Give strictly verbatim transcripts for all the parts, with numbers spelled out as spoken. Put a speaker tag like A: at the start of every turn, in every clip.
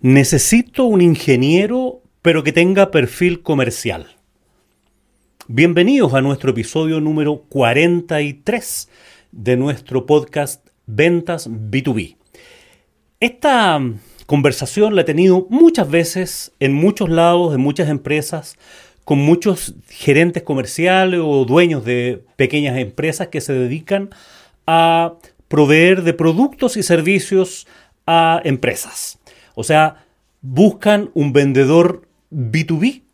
A: Necesito un ingeniero, pero que tenga perfil comercial. Bienvenidos a nuestro episodio número cuarenta y tres de nuestro podcast Ventas B dos B. Esta conversación la he tenido muchas veces, en muchos lados, en muchas empresas, con muchos gerentes comerciales o dueños de pequeñas empresas que se dedican a proveer de productos y servicios a empresas. O sea, buscan un vendedor B dos B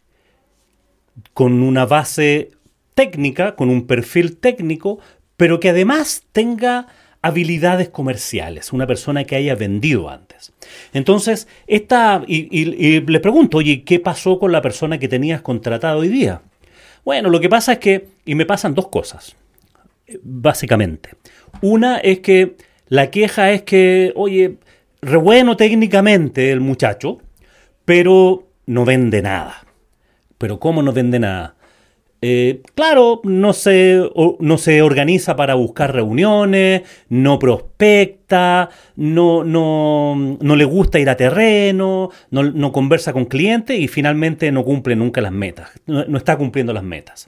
A: con una base técnica, con un perfil técnico, pero que además tenga habilidades comerciales, una persona que haya vendido antes. Entonces, esta, y, y, y le pregunto, oye, ¿qué pasó con la persona que tenías contratada hoy día? Bueno, lo que pasa es que, y me pasan dos cosas, básicamente. Una es que la queja es que, oye, re bueno técnicamente el muchacho, pero no vende nada. ¿Pero cómo no vende nada? Eh, claro, no se, o, no se organiza para buscar reuniones, no prospecta, no, no, no le gusta ir a terreno, no, no conversa con clientes y finalmente no cumple nunca las metas, no, no está cumpliendo las metas.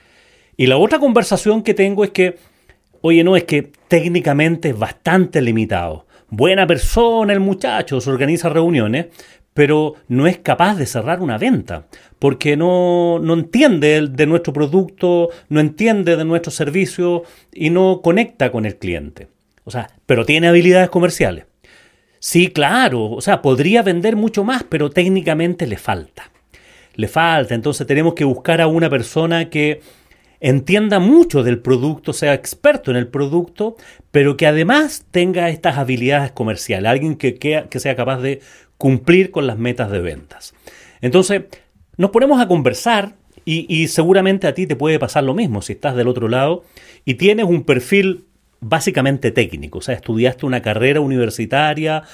A: Y la otra conversación que tengo es que, oye, no, es que técnicamente es bastante limitado. Buena persona el muchacho, se organiza reuniones, pero no es capaz de cerrar una venta, porque no, no entiende de nuestro producto, no entiende de nuestro servicio y no conecta con el cliente. O sea, pero tiene habilidades comerciales. Sí, claro, o sea, podría vender mucho más, pero técnicamente le falta. Le falta, entonces tenemos que buscar a una persona que entienda mucho del producto, sea experto en el producto, pero que además tenga estas habilidades comerciales, alguien que, que, que sea capaz de cumplir con las metas de ventas. Entonces, nos ponemos a conversar y, y seguramente a ti te puede pasar lo mismo si estás del otro lado y tienes un perfil básicamente técnico, o sea, estudiaste una carrera universitaria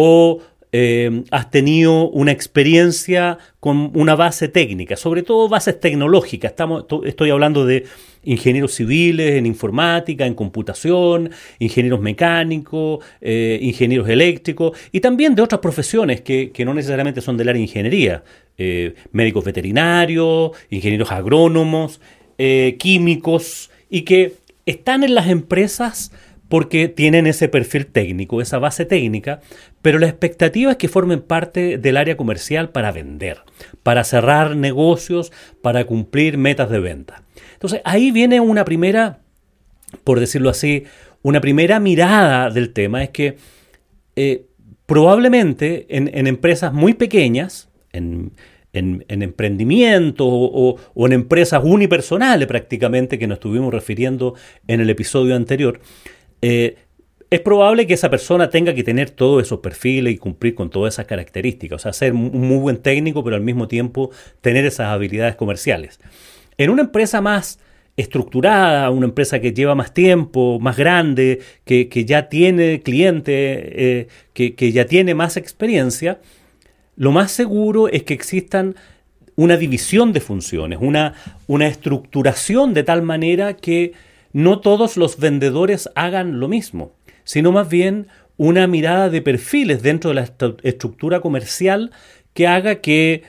A: o Eh, has tenido una experiencia con una base técnica, sobre todo bases tecnológicas. Estamos, estoy hablando de ingenieros civiles, en informática, en computación, ingenieros mecánicos, eh, ingenieros eléctricos y también de otras profesiones que, que no necesariamente son del área de ingeniería. Eh, médicos veterinarios, ingenieros agrónomos, eh, químicos y que están en las empresas porque tienen ese perfil técnico, esa base técnica, pero la expectativa es que formen parte del área comercial para vender, para cerrar negocios, para cumplir metas de venta. Entonces, ahí viene una primera, por decirlo así, una primera mirada del tema, es que eh, probablemente en, en empresas muy pequeñas, en, en, en emprendimientos o, o, o en empresas unipersonales prácticamente, que nos estuvimos refiriendo en el episodio anterior, Eh, es probable que esa persona tenga que tener todos esos perfiles y cumplir con todas esas características. O sea, ser un muy buen técnico, pero al mismo tiempo tener esas habilidades comerciales. En una empresa más estructurada, una empresa que lleva más tiempo, más grande, que, que ya tiene clientes, eh, que, que ya tiene más experiencia, lo más seguro es que existan una división de funciones, una, una estructuración de tal manera que no todos los vendedores hagan lo mismo, sino más bien una mirada de perfiles dentro de la estructura comercial que haga que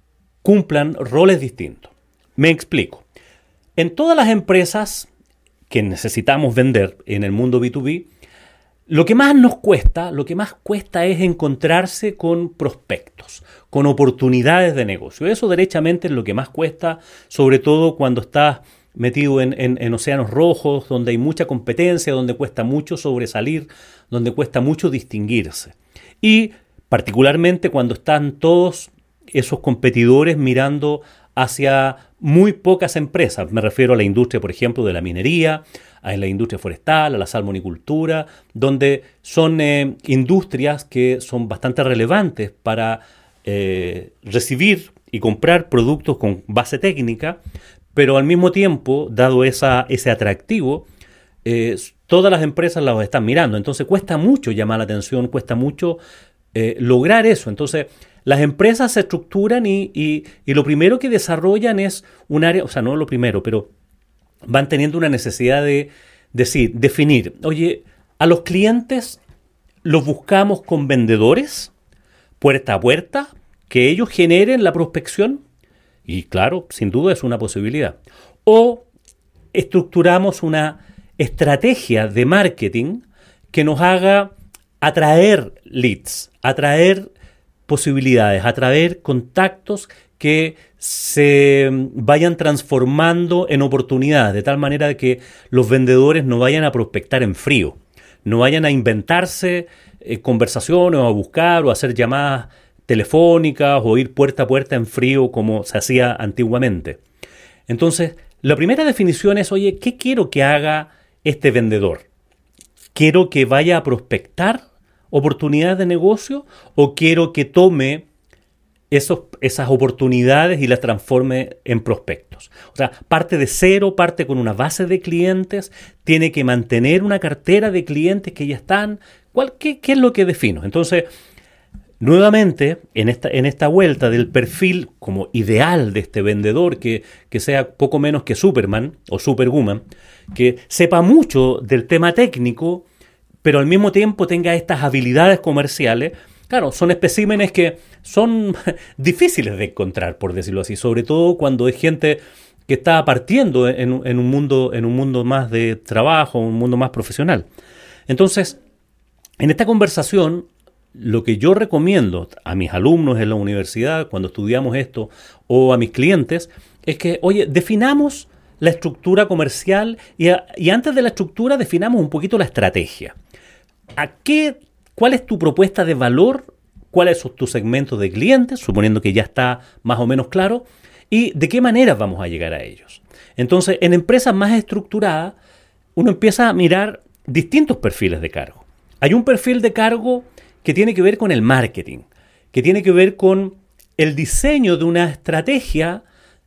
A: cumplan roles distintos. Me explico. En todas las empresas que necesitamos vender en el mundo B dos B, lo que más nos cuesta, lo que más cuesta es encontrarse con prospectos, con oportunidades de negocio. Eso derechamente es lo que más cuesta, sobre todo cuando estás metido en, en, en océanos rojos, donde hay mucha competencia, donde cuesta mucho sobresalir, donde cuesta mucho distinguirse. Y particularmente cuando están todos esos competidores mirando hacia muy pocas empresas. Me refiero a la industria, por ejemplo, de la minería, a la industria forestal, a la salmonicultura, donde son eh, industrias que son bastante relevantes para eh, recibir y comprar productos con base técnica, pero al mismo tiempo, dado esa, ese atractivo, eh, todas las empresas las están mirando. Entonces cuesta mucho llamar la atención, cuesta mucho eh, lograr eso. Entonces las empresas se estructuran y, y, y lo primero que desarrollan es un área, o sea, no lo primero, pero van teniendo una necesidad de decir, definir, oye, a los clientes los buscamos con vendedores, puerta a puerta, que ellos generen la prospección, y claro, sin duda es una posibilidad. O estructuramos una estrategia de marketing que nos haga atraer leads, atraer posibilidades, atraer contactos que se vayan transformando en oportunidades, de tal manera de que los vendedores no vayan a prospectar en frío, no vayan a inventarse eh, conversaciones o a buscar o a hacer llamadas telefónicas o ir puerta a puerta en frío como se hacía antiguamente. Entonces, la primera definición es, oye, ¿qué quiero que haga este vendedor? ¿Quiero que vaya a prospectar oportunidades de negocio o quiero que tome esos, esas oportunidades y las transforme en prospectos? O sea, parte de cero, parte con una base de clientes, tiene que mantener una cartera de clientes que ya están. ¿Cuál, qué, qué es lo que defino? Entonces, nuevamente, en esta, en esta vuelta del perfil como ideal de este vendedor, que, que sea poco menos que Superman o Superwoman, que sepa mucho del tema técnico, pero al mismo tiempo tenga estas habilidades comerciales. Claro, son especímenes que son difíciles de encontrar, por decirlo así, sobre todo cuando es gente que está partiendo en, en, un mundo, en un mundo más de trabajo, un mundo más profesional. Entonces, en esta conversación, lo que yo recomiendo a mis alumnos en la universidad, cuando estudiamos esto, o a mis clientes, es que, oye, definamos la estructura comercial y, a, y antes de la estructura definamos un poquito la estrategia. ¿A qué, cuál es tu propuesta de valor? ¿Cuáles son tus segmentos de clientes? Suponiendo que ya está más o menos claro. ¿Y de qué manera vamos a llegar a ellos? Entonces, en empresas más estructuradas, uno empieza a mirar distintos perfiles de cargo. Hay un perfil de cargo que tiene que ver con el marketing, que tiene que ver con el diseño de una estrategia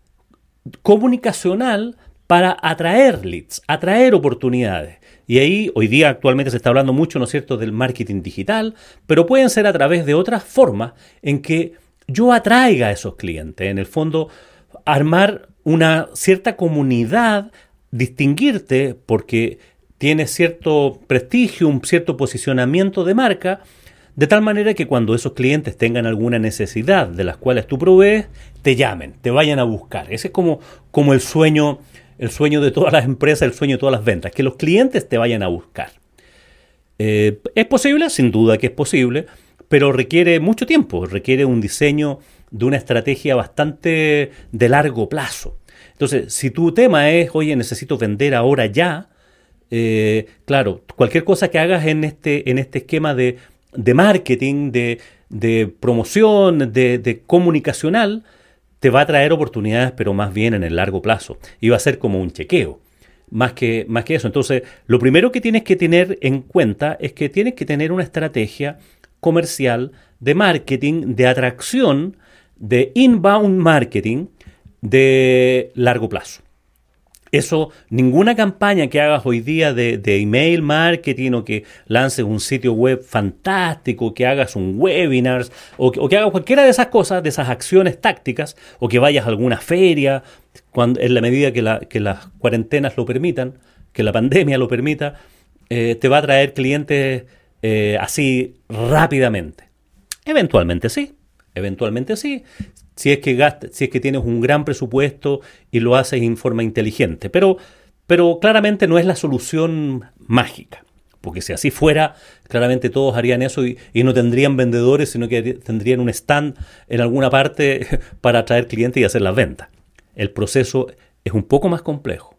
A: comunicacional para atraer leads, atraer oportunidades. Y ahí, hoy día actualmente se está hablando mucho, ¿no es cierto?, del marketing digital, pero pueden ser a través de otras formas en que yo atraiga a esos clientes. En el fondo, armar una cierta comunidad, distinguirte porque tienes cierto prestigio, un cierto posicionamiento de marca, de tal manera que cuando esos clientes tengan alguna necesidad de las cuales tú provees, te llamen, te vayan a buscar. Ese es como, como el sueño, el sueño de todas las empresas, el sueño de todas las ventas, que los clientes te vayan a buscar. Eh, ¿Es posible? Sin duda que es posible, pero requiere mucho tiempo, requiere un diseño de una estrategia bastante de largo plazo. Entonces, si tu tema es, oye, necesito vender ahora ya, eh, claro, cualquier cosa que hagas en este, en este esquema de de marketing, de, de promoción, de, de comunicacional, te va a traer oportunidades, pero más bien en el largo plazo. Y va a ser como un chequeo, más que, más que eso. Entonces, lo primero que tienes que tener en cuenta es que tienes que tener una estrategia comercial de marketing, de atracción, de inbound marketing de largo plazo. Eso, ninguna campaña que hagas hoy día de, de email marketing o que lances un sitio web fantástico, que hagas un webinar o que, o que hagas cualquiera de esas cosas, de esas acciones tácticas, o que vayas a alguna feria, cuando, en la medida que, la, que las cuarentenas lo permitan, que la pandemia lo permita, eh, te va a traer clientes eh, así rápidamente. Eventualmente sí, eventualmente sí. Si es que gastas, si es que tienes un gran presupuesto y lo haces en forma inteligente. Pero, pero claramente no es la solución mágica. Porque si así fuera, claramente todos harían eso y, y no tendrían vendedores, sino que tendrían un stand en alguna parte para atraer clientes y hacer las ventas. El proceso es un poco más complejo.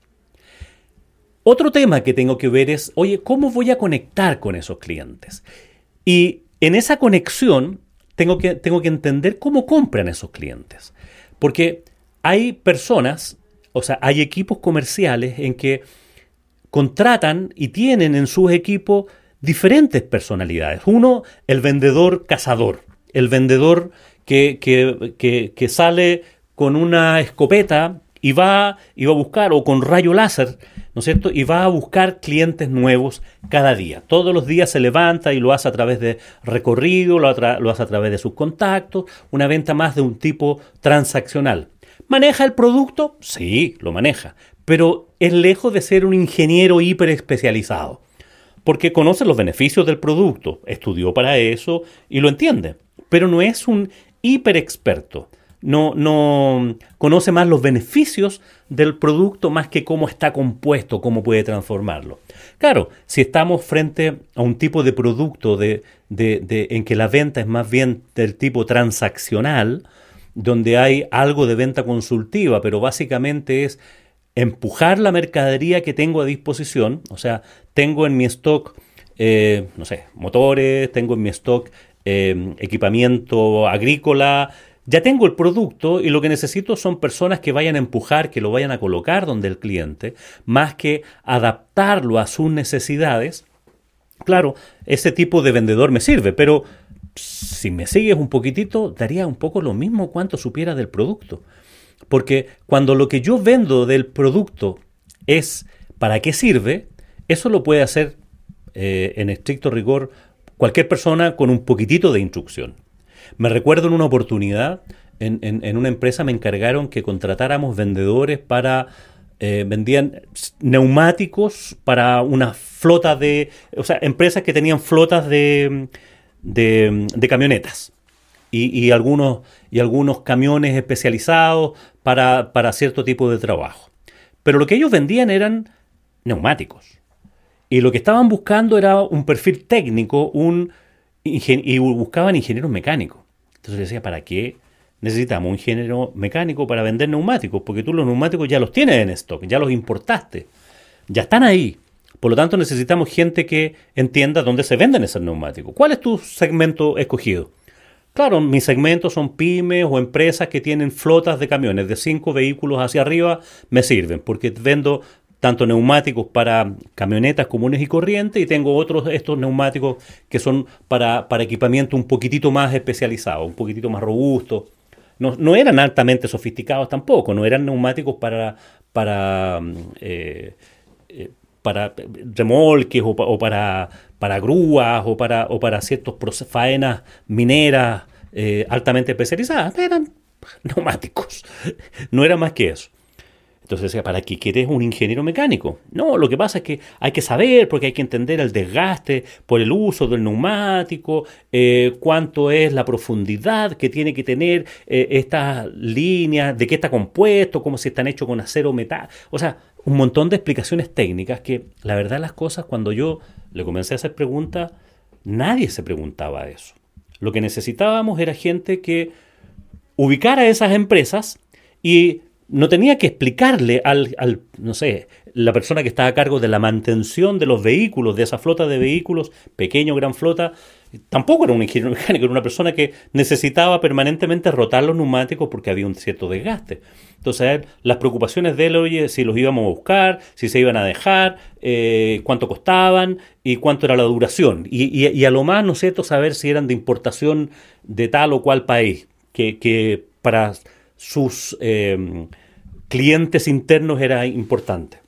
A: Otro tema que tengo que ver es, oye, ¿cómo voy a conectar con esos clientes? Y en esa conexión Tengo que, tengo que entender cómo compran esos clientes. Porque hay personas, o sea, hay equipos comerciales en que contratan y tienen en sus equipos diferentes personalidades. Uno, el vendedor cazador, el vendedor que, que, que, que sale con una escopeta y va, y va a buscar, o con rayo láser, ¿no es cierto? Y va a buscar clientes nuevos cada día. Todos los días se levanta y lo hace a través de recorrido, lo, atra- lo hace a través de sus contactos, una venta más de un tipo transaccional. ¿Maneja el producto? Sí, lo maneja, pero es lejos de ser un ingeniero hiper especializado, porque conoce los beneficios del producto, estudió para eso y lo entiende, pero no es un hiperexperto. No, no conoce más los beneficios del producto más que cómo está compuesto, cómo puede transformarlo. Claro, si estamos frente a un tipo de producto de, de, de, en que la venta es más bien del tipo transaccional, donde hay algo de venta consultiva, pero básicamente es empujar la mercadería que tengo a disposición. O sea, tengo en mi stock, eh, no sé, motores, tengo en mi stock eh, equipamiento agrícola. Ya tengo el producto y lo que necesito son personas que vayan a empujar, que lo vayan a colocar donde el cliente, más que adaptarlo a sus necesidades. Claro, ese tipo de vendedor me sirve, pero si me sigues un poquitito, daría un poco lo mismo cuanto supiera del producto. Porque cuando lo que yo vendo del producto es para qué sirve, eso lo puede hacer eh, en estricto rigor cualquier persona con un poquitito de instrucción. Me recuerdo en una oportunidad, en, en, en una empresa me encargaron que contratáramos vendedores para, eh, vendían neumáticos para una flota de, o sea, empresas que tenían flotas de, de, de camionetas y, y, algunos, y algunos camiones especializados para, para cierto tipo de trabajo. Pero lo que ellos vendían eran neumáticos. Y lo que estaban buscando era un perfil técnico, un y buscaban ingenieros mecánicos. Entonces le decía, ¿para qué necesitamos un ingeniero mecánico para vender neumáticos? Porque tú los neumáticos ya los tienes en stock, ya los importaste, ya están ahí. Por lo tanto, necesitamos gente que entienda dónde se venden esos neumáticos. ¿Cuál es tu segmento escogido? Claro, mis segmentos son pymes o empresas que tienen flotas de camiones de cinco vehículos hacia arriba, me sirven, porque vendo tanto neumáticos para camionetas comunes y corrientes y tengo otros estos neumáticos que son para, para equipamiento un poquitito más especializado, un poquitito más robusto. No, no eran altamente sofisticados tampoco, no eran neumáticos para, para, eh, eh, para remolques o, o para, para grúas o para, o para ciertas faenas mineras eh, altamente especializadas, eran neumáticos, no era más que eso. Entonces decía, ¿para qué quieres un ingeniero mecánico? No, lo que pasa es que hay que saber, porque hay que entender el desgaste por el uso del neumático, eh, cuánto es la profundidad que tiene que tener eh, estas líneas, de qué está compuesto, cómo si están hechos con acero o metal. O sea, un montón de explicaciones técnicas que, la verdad, las cosas, cuando yo le comencé a hacer preguntas, nadie se preguntaba eso. Lo que necesitábamos era gente que ubicara esas empresas y no tenía que explicarle al, al, no sé, la persona que estaba a cargo de la mantención de los vehículos, de esa flota de vehículos, pequeño o gran flota, tampoco era un ingeniero mecánico, era una persona que necesitaba permanentemente rotar los neumáticos porque había un cierto desgaste. Entonces, las preocupaciones de él, oye, si los íbamos a buscar, si se iban a dejar, eh, cuánto costaban y cuánto era la duración. Y, y, y a lo más, ¿no es cierto?, saber si eran de importación de tal o cual país, que, que para sus eh, clientes internos era importante.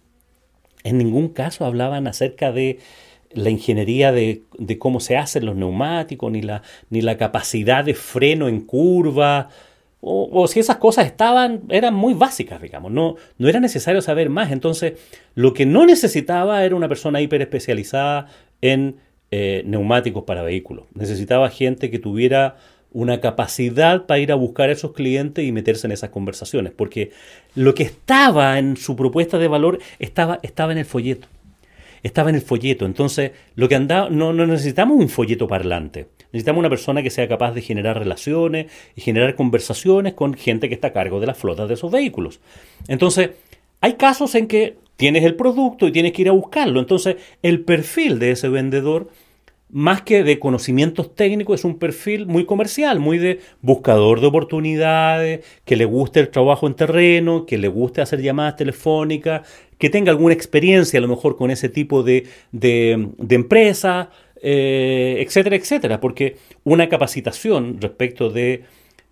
A: En ningún caso hablaban acerca de la ingeniería de, de cómo se hacen los neumáticos, ni la, ni la capacidad de freno en curva, o, o si esas cosas estaban, eran muy básicas, digamos, no, no era necesario saber más. Entonces, lo que no necesitaba era una persona hiper especializada en eh, neumáticos para vehículos. Necesitaba gente que tuviera una capacidad para ir a buscar a esos clientes y meterse en esas conversaciones, porque lo que estaba en su propuesta de valor estaba, estaba en el folleto. Estaba en el folleto. Entonces, lo que andaba, no, no necesitamos un folleto parlante. Necesitamos una persona que sea capaz de generar relaciones y generar conversaciones con gente que está a cargo de las flotas de esos vehículos. Entonces, hay casos en que tienes el producto y tienes que ir a buscarlo. Entonces, el perfil de ese vendedor, más que de conocimientos técnicos, es un perfil muy comercial, muy de buscador de oportunidades, que le guste el trabajo en terreno, que le guste hacer llamadas telefónicas, que tenga alguna experiencia a lo mejor con ese tipo de, de, de empresa, eh, etcétera, etcétera. Porque una capacitación respecto de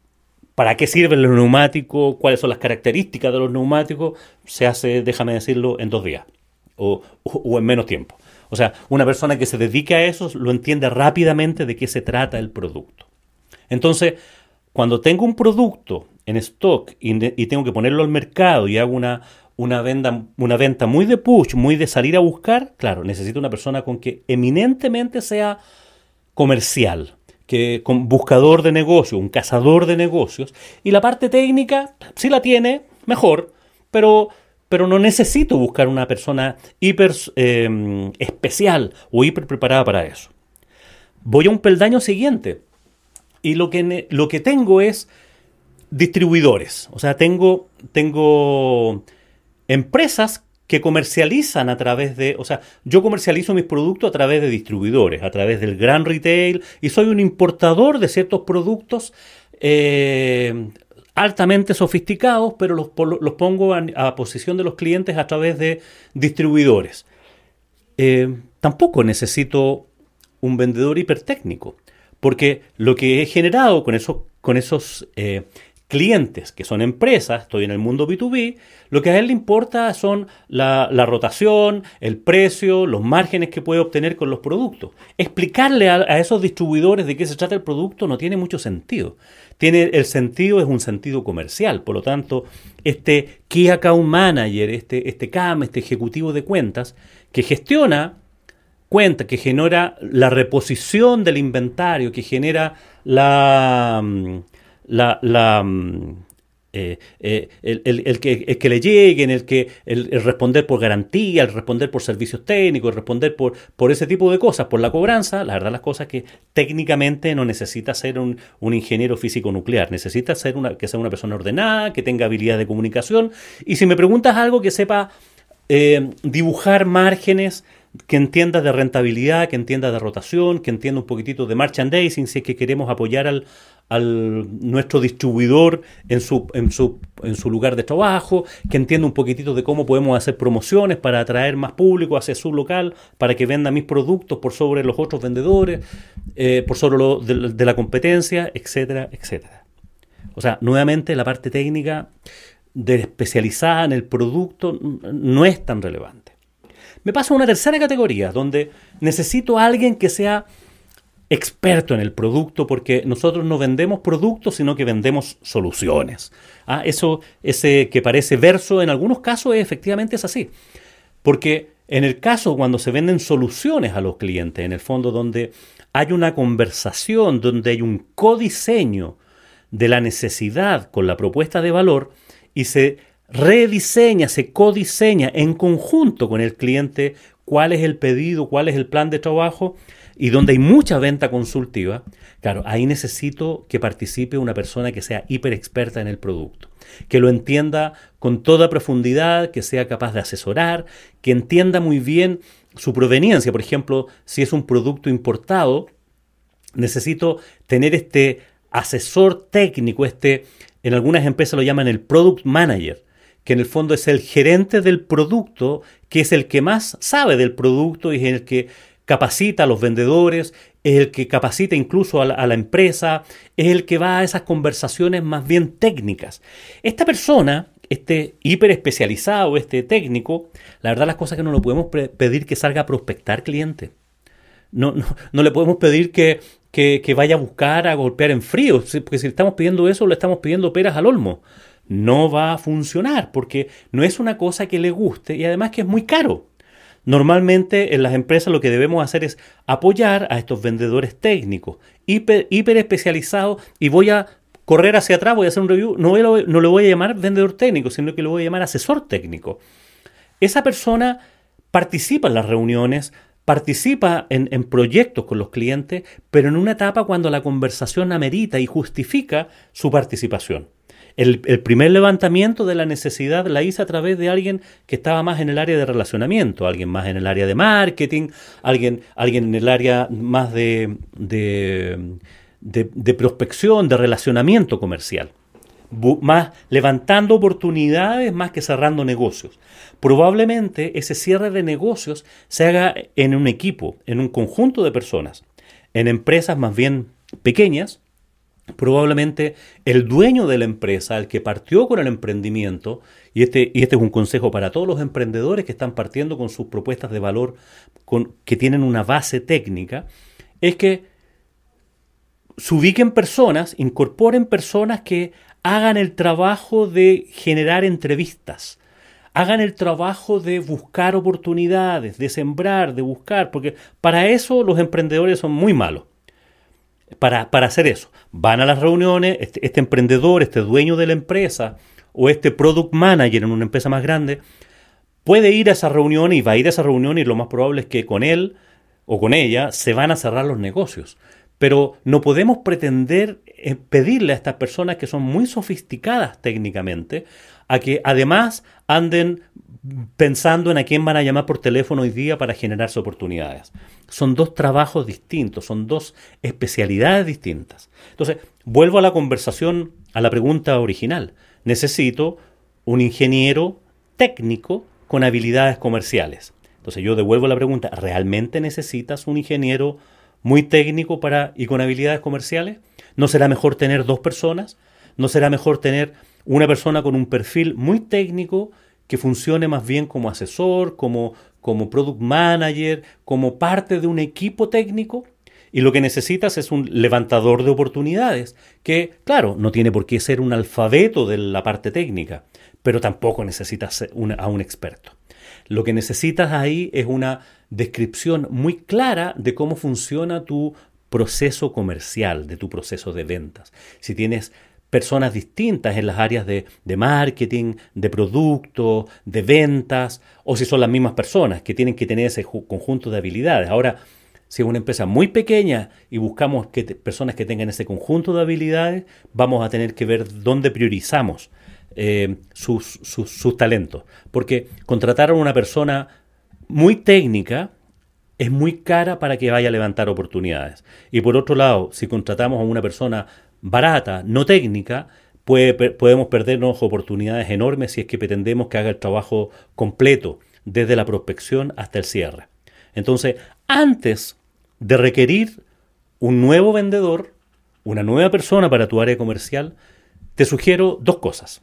A: para qué sirven los neumáticos, cuáles son las características de los neumáticos, se hace, déjame decirlo, en dos días o, o, o en menos tiempo. O sea, una persona que se dedica a eso lo entiende rápidamente de qué se trata el producto. Entonces, cuando tengo un producto en stock y, y tengo que ponerlo al mercado y hago una, una, venta, una venta muy de push, muy de salir a buscar, claro, necesito una persona con que eminentemente sea comercial, que con buscador de negocios, un cazador de negocios, y la parte técnica sí la tiene mejor, pero, pero no necesito buscar una persona hiper eh, especial o hiper preparada para eso. Voy a un peldaño siguiente y lo que, lo que tengo es distribuidores. O sea, tengo, tengo empresas que comercializan a través de, o sea, yo comercializo mis productos a través de distribuidores, a través del gran retail, y soy un importador de ciertos productos eh, altamente sofisticados, pero los, los pongo a, a posición de los clientes a través de distribuidores. Eh, tampoco necesito un vendedor hipertécnico, porque lo que he generado con, eso, con esos eh, clientes, que son empresas, estoy en el mundo B dos B, lo que a él le importa son la, la rotación, el precio, los márgenes que puede obtener con los productos. Explicarle a, a esos distribuidores de qué se trata el producto no tiene mucho sentido. Tiene, el sentido es un sentido comercial, por lo tanto, este Key Account Manager, este, este C A M, este ejecutivo de cuentas, que gestiona cuenta, que genera la reposición del inventario, que genera la, la, la eh, eh, el, el, el, que, el que le lleguen, el, que, el, el responder por garantía, el responder por servicios técnicos, el responder por, por ese tipo de cosas, por la cobranza. La verdad, las cosas que técnicamente no necesita ser un, un ingeniero físico nuclear, necesita ser una, que sea una persona ordenada, que tenga habilidad de comunicación, y si me preguntas algo, que sepa eh, dibujar márgenes, que entienda de rentabilidad, que entienda de rotación, que entienda un poquitito de merchandising, si es que queremos apoyar al, al nuestro distribuidor en su, en, su, en su lugar de trabajo, que entienda un poquitito de cómo podemos hacer promociones para atraer más público hacia su local, para que venda mis productos por sobre los otros vendedores, eh, por sobre lo de, de la competencia, etcétera, etcétera. O sea, nuevamente la parte técnica de especializada en el producto no es tan relevante. Me paso a una tercera categoría, donde necesito a alguien que sea experto en el producto, porque nosotros no vendemos productos, sino que vendemos soluciones. Ah, eso, ese que parece verso, en algunos casos efectivamente es así. Porque en el caso cuando se venden soluciones a los clientes, en el fondo donde hay una conversación, donde hay un codiseño de la necesidad con la propuesta de valor y se rediseña, se codiseña en conjunto con el cliente cuál es el pedido, cuál es el plan de trabajo, y donde hay mucha venta consultiva, claro, ahí necesito que participe una persona que sea hiper experta en el producto, que lo entienda con toda profundidad, que sea capaz de asesorar, que entienda muy bien su proveniencia. Por ejemplo, si es un producto importado, necesito tener este asesor técnico, este, en algunas empresas lo llaman el product manager, que en el fondo es el gerente del producto, que es el que más sabe del producto y es el que capacita a los vendedores, es el que capacita incluso a la, a la empresa, es el que va a esas conversaciones más bien técnicas. Esta persona, este hiper especializado, este técnico, la verdad las cosas que no le podemos pedir que salga a prospectar clientes. No, no, no le podemos pedir que, que, que vaya a buscar, a golpear en frío, porque si le estamos pidiendo eso, le estamos pidiendo peras al olmo. No va a funcionar porque no es una cosa que le guste y además que es muy caro. Normalmente en las empresas lo que debemos hacer es apoyar a estos vendedores técnicos hiper, hiper especializados, y voy a correr hacia atrás, voy a hacer un review, no, voy a, no le voy a llamar vendedor técnico, sino que le voy a llamar asesor técnico. Esa persona participa en las reuniones, participa en, en proyectos con los clientes, pero en una etapa cuando la conversación amerita y justifica su participación. El, el primer levantamiento de la necesidad la hice a través de alguien que estaba más en el área de relacionamiento, alguien más en el área de marketing, alguien, alguien en el área más de, de, de, de prospección, de relacionamiento comercial. Bu- más levantando oportunidades más que cerrando negocios. Probablemente ese cierre de negocios se haga en un equipo, en un conjunto de personas, en empresas más bien pequeñas. Probablemente el dueño de la empresa, el que partió con el emprendimiento, y este, y este es un consejo para todos los emprendedores que están partiendo con sus propuestas de valor, con, que tienen una base técnica, es que se ubiquen personas, incorporen personas que hagan el trabajo de generar entrevistas, hagan el trabajo de buscar oportunidades, de sembrar, de buscar, porque para eso los emprendedores son muy malos. para, para hacer eso. Van a las reuniones, este, este emprendedor, este dueño de la empresa o este product manager en una empresa más grande puede ir a esa reunión y va a ir a esa reunión y lo más probable es que con él o con ella se van a cerrar los negocios. Pero no podemos pretender eh, pedirle a estas personas que son muy sofisticadas técnicamente a que además anden pensando en a quién van a llamar por teléfono hoy día para generarse oportunidades. Son dos trabajos distintos, son dos especialidades distintas. Entonces, vuelvo a la conversación, a la pregunta original. Necesito un ingeniero técnico con habilidades comerciales. Entonces yo devuelvo la pregunta, ¿realmente necesitas un ingeniero muy técnico para, y con habilidades comerciales? ¿No será mejor tener dos personas? ¿No será mejor tener una persona con un perfil muy técnico que funcione más bien como asesor, como, como product manager, como parte de un equipo técnico? Y lo que necesitas es un levantador de oportunidades, que, claro, no tiene por qué ser un alfabeto de la parte técnica, pero tampoco necesitas una, a un experto. Lo que necesitas ahí es una descripción muy clara de cómo funciona tu proceso comercial, de tu proceso de ventas. Si tienes personas distintas en las áreas de, de marketing, de producto, de ventas, o si son las mismas personas que tienen que tener ese conjunto de habilidades. Ahora, si es una empresa muy pequeña y buscamos que te, personas que tengan ese conjunto de habilidades, vamos a tener que ver dónde priorizamos eh, sus, sus, sus talentos. Porque contratar a una persona muy técnica es muy cara para que vaya a levantar oportunidades. Y por otro lado, si contratamos a una persona barata, no técnica, puede, podemos perdernos oportunidades enormes si es que pretendemos que haga el trabajo completo, desde la prospección hasta el cierre. Entonces, antes de requerir un nuevo vendedor, una nueva persona para tu área comercial, te sugiero dos cosas.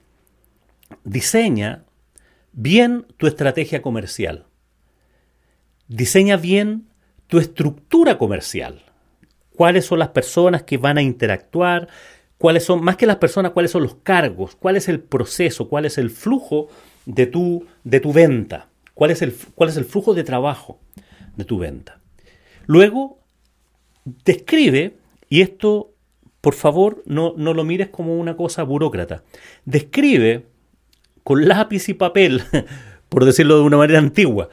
A: Diseña bien tu estrategia comercial. Diseña bien tu estructura comercial. ¿Cuáles son las personas que van a interactuar? ¿Cuáles son, más que las personas, cuáles son los cargos? ¿Cuál es el proceso? ¿Cuál es el flujo de tu, de tu venta? ¿Cuál es el, cuál es el flujo de trabajo de tu venta? Luego, describe, y esto, por favor, no, no lo mires como una cosa burócrata. Describe con lápiz y papel, por decirlo de una manera antigua,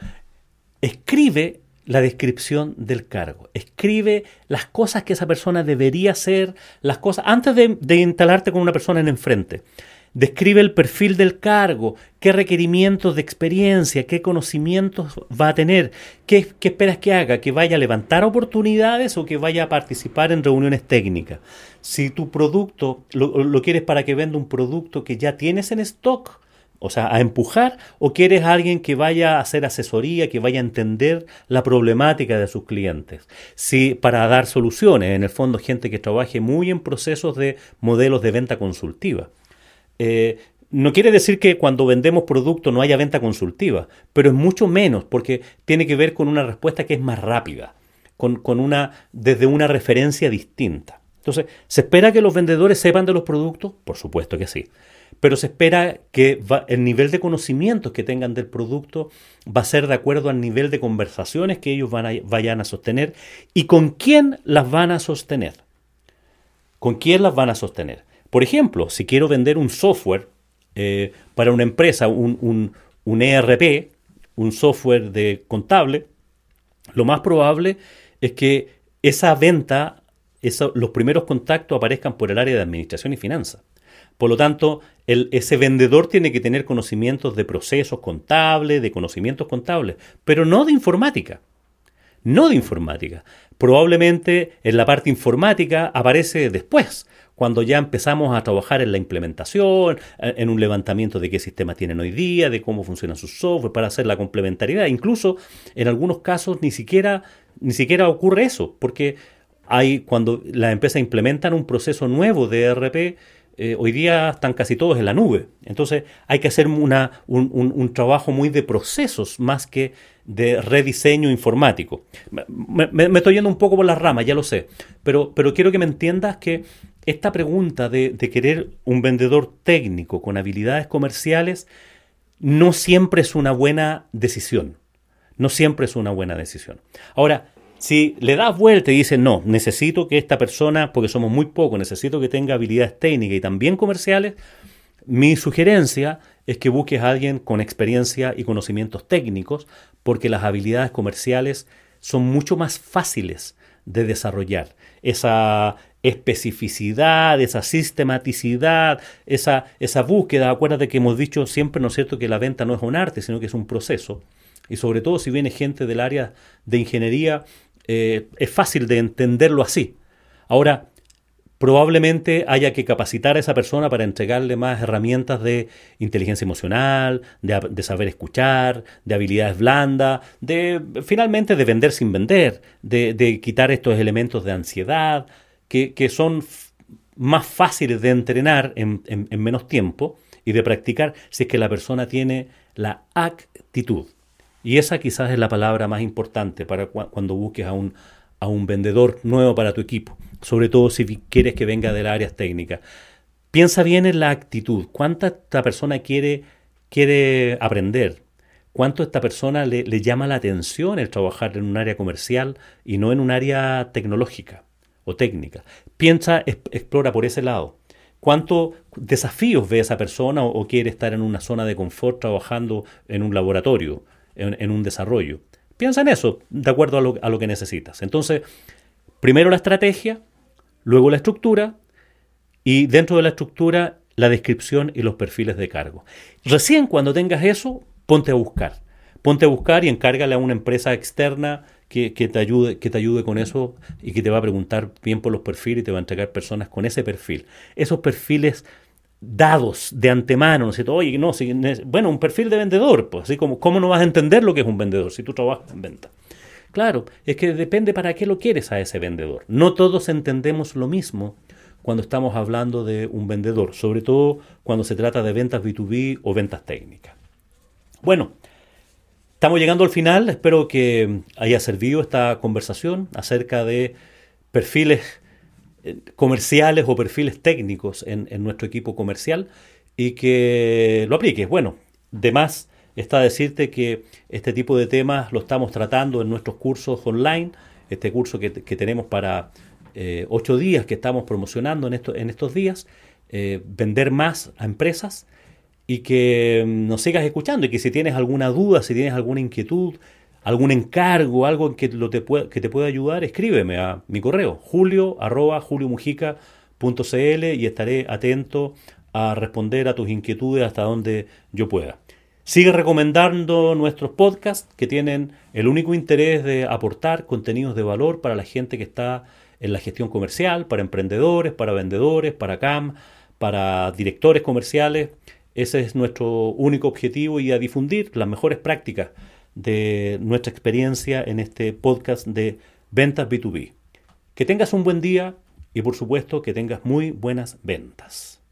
A: escribe la descripción del cargo. Escribe las cosas que esa persona debería hacer, las cosas antes de, de instalarte con una persona en enfrente. Describe el perfil del cargo, qué requerimientos de experiencia, qué conocimientos va a tener, qué, qué esperas que haga, que vaya a levantar oportunidades o que vaya a participar en reuniones técnicas. Si tu producto lo, lo quieres para que venda un producto que ya tienes en stock, o sea, a empujar, o quieres a alguien que vaya a hacer asesoría, que vaya a entender la problemática de sus clientes. Si para dar soluciones, en el fondo, gente que trabaje muy en procesos de modelos de venta consultiva. Eh, no quiere decir que cuando vendemos productos no haya venta consultiva, pero es mucho menos porque tiene que ver con una respuesta que es más rápida, con, con una, desde una referencia distinta. Entonces, ¿se espera que los vendedores sepan de los productos? Por supuesto que sí. Pero se espera que va, el nivel de conocimientos que tengan del producto va a ser de acuerdo al nivel de conversaciones que ellos van a, vayan a sostener y con quién las van a sostener. ¿Con quién las van a sostener? Por ejemplo, si quiero vender un software eh, para una empresa, un, un, un E R P, un software de contable, lo más probable es que esa venta, esa, los primeros contactos aparezcan por el área de administración y finanzas. Por lo tanto, el, ese vendedor tiene que tener conocimientos de procesos contables, de conocimientos contables, pero no de informática. No de informática. Probablemente en la parte informática aparece después, cuando ya empezamos a trabajar en la implementación, en un levantamiento de qué sistemas tienen hoy día, de cómo funcionan sus software, para hacer la complementariedad. Incluso en algunos casos ni siquiera, ni siquiera ocurre eso, porque hay, cuando las empresas implementan un proceso nuevo de E R P, Eh, hoy día están casi todos en la nube. Entonces hay que hacer una, un, un, un trabajo muy de procesos más que de rediseño informático. Me, me, me estoy yendo un poco por las ramas, ya lo sé, pero, pero quiero que me entiendas que esta pregunta de, de querer un vendedor técnico con habilidades comerciales no siempre es una buena decisión. No siempre es una buena decisión. Ahora, Si le das vuelta y dices, no, necesito que esta persona, porque somos muy pocos, necesito que tenga habilidades técnicas y también comerciales, mi sugerencia es que busques a alguien con experiencia y conocimientos técnicos, porque las habilidades comerciales son mucho más fáciles de desarrollar. Esa especificidad, esa sistematicidad, esa, esa búsqueda. Acuérdate que hemos dicho siempre, ¿no es cierto?, que la venta no es un arte, sino que es un proceso. Y sobre todo si viene gente del área de ingeniería, eh, es fácil de entenderlo así. Ahora, probablemente haya que capacitar a esa persona para entregarle más herramientas de inteligencia emocional, de, de saber escuchar, de habilidades blandas, de finalmente de vender sin vender, de, de quitar estos elementos de ansiedad, que, que son f- más fáciles de entrenar en, en, en menos tiempo y de practicar si es que la persona tiene la actitud. Y esa quizás es la palabra más importante para cu- cuando busques a un, a un vendedor nuevo para tu equipo, sobre todo si vi- quieres que venga de las áreas técnicas. Piensa bien en la actitud. ¿Cuánta esta persona quiere, quiere aprender? ¿Cuánto esta persona le, le llama la atención el trabajar en un área comercial y no en un área tecnológica o técnica? Piensa, es- explora por ese lado. ¿Cuántos desafíos ve esa persona o, o quiere estar en una zona de confort trabajando en un laboratorio, en, en un desarrollo? Piensa en eso, de acuerdo a lo, a lo que necesitas. Entonces, primero la estrategia, luego la estructura y dentro de la estructura la descripción y los perfiles de cargo. Recién cuando tengas eso, ponte a buscar. Ponte a buscar y encárgale a una empresa externa que, que te ayude, que te ayude con eso y que te va a preguntar bien por los perfiles y te va a entregar personas con ese perfil. Esos perfiles dados de antemano, ¿no es cierto? Oye, no, si, bueno, un perfil de vendedor, pues así como, ¿cómo no vas a entender lo que es un vendedor si tú trabajas en venta? Claro, es que depende para qué lo quieres a ese vendedor. No todos entendemos lo mismo cuando estamos hablando de un vendedor, sobre todo cuando se trata de ventas B dos B o ventas técnicas. Bueno, estamos llegando al final. Espero que haya servido esta conversación acerca de perfiles eh, comerciales o perfiles técnicos en, en nuestro equipo comercial y que lo apliques. Bueno, de más está decirte que este tipo de temas lo estamos tratando en nuestros cursos online, este curso que, que tenemos para eh, ocho días que estamos promocionando en, esto, en estos días, eh, vender más a empresas y que mm, nos sigas escuchando y que si tienes alguna duda, si tienes alguna inquietud, algún encargo, algo que, lo te, pueda, que te pueda ayudar, escríbeme a mi correo, julio arroba juliomujica punto cl y estaré atento a responder a tus inquietudes hasta donde yo pueda. Sigue recomendando nuestros podcasts que tienen el único interés de aportar contenidos de valor para la gente que está en la gestión comercial, para emprendedores, para vendedores, para C A M, para directores comerciales. Ese es nuestro único objetivo y a difundir las mejores prácticas de nuestra experiencia en este podcast de ventas B dos B. Que tengas un buen día y por supuesto que tengas muy buenas ventas.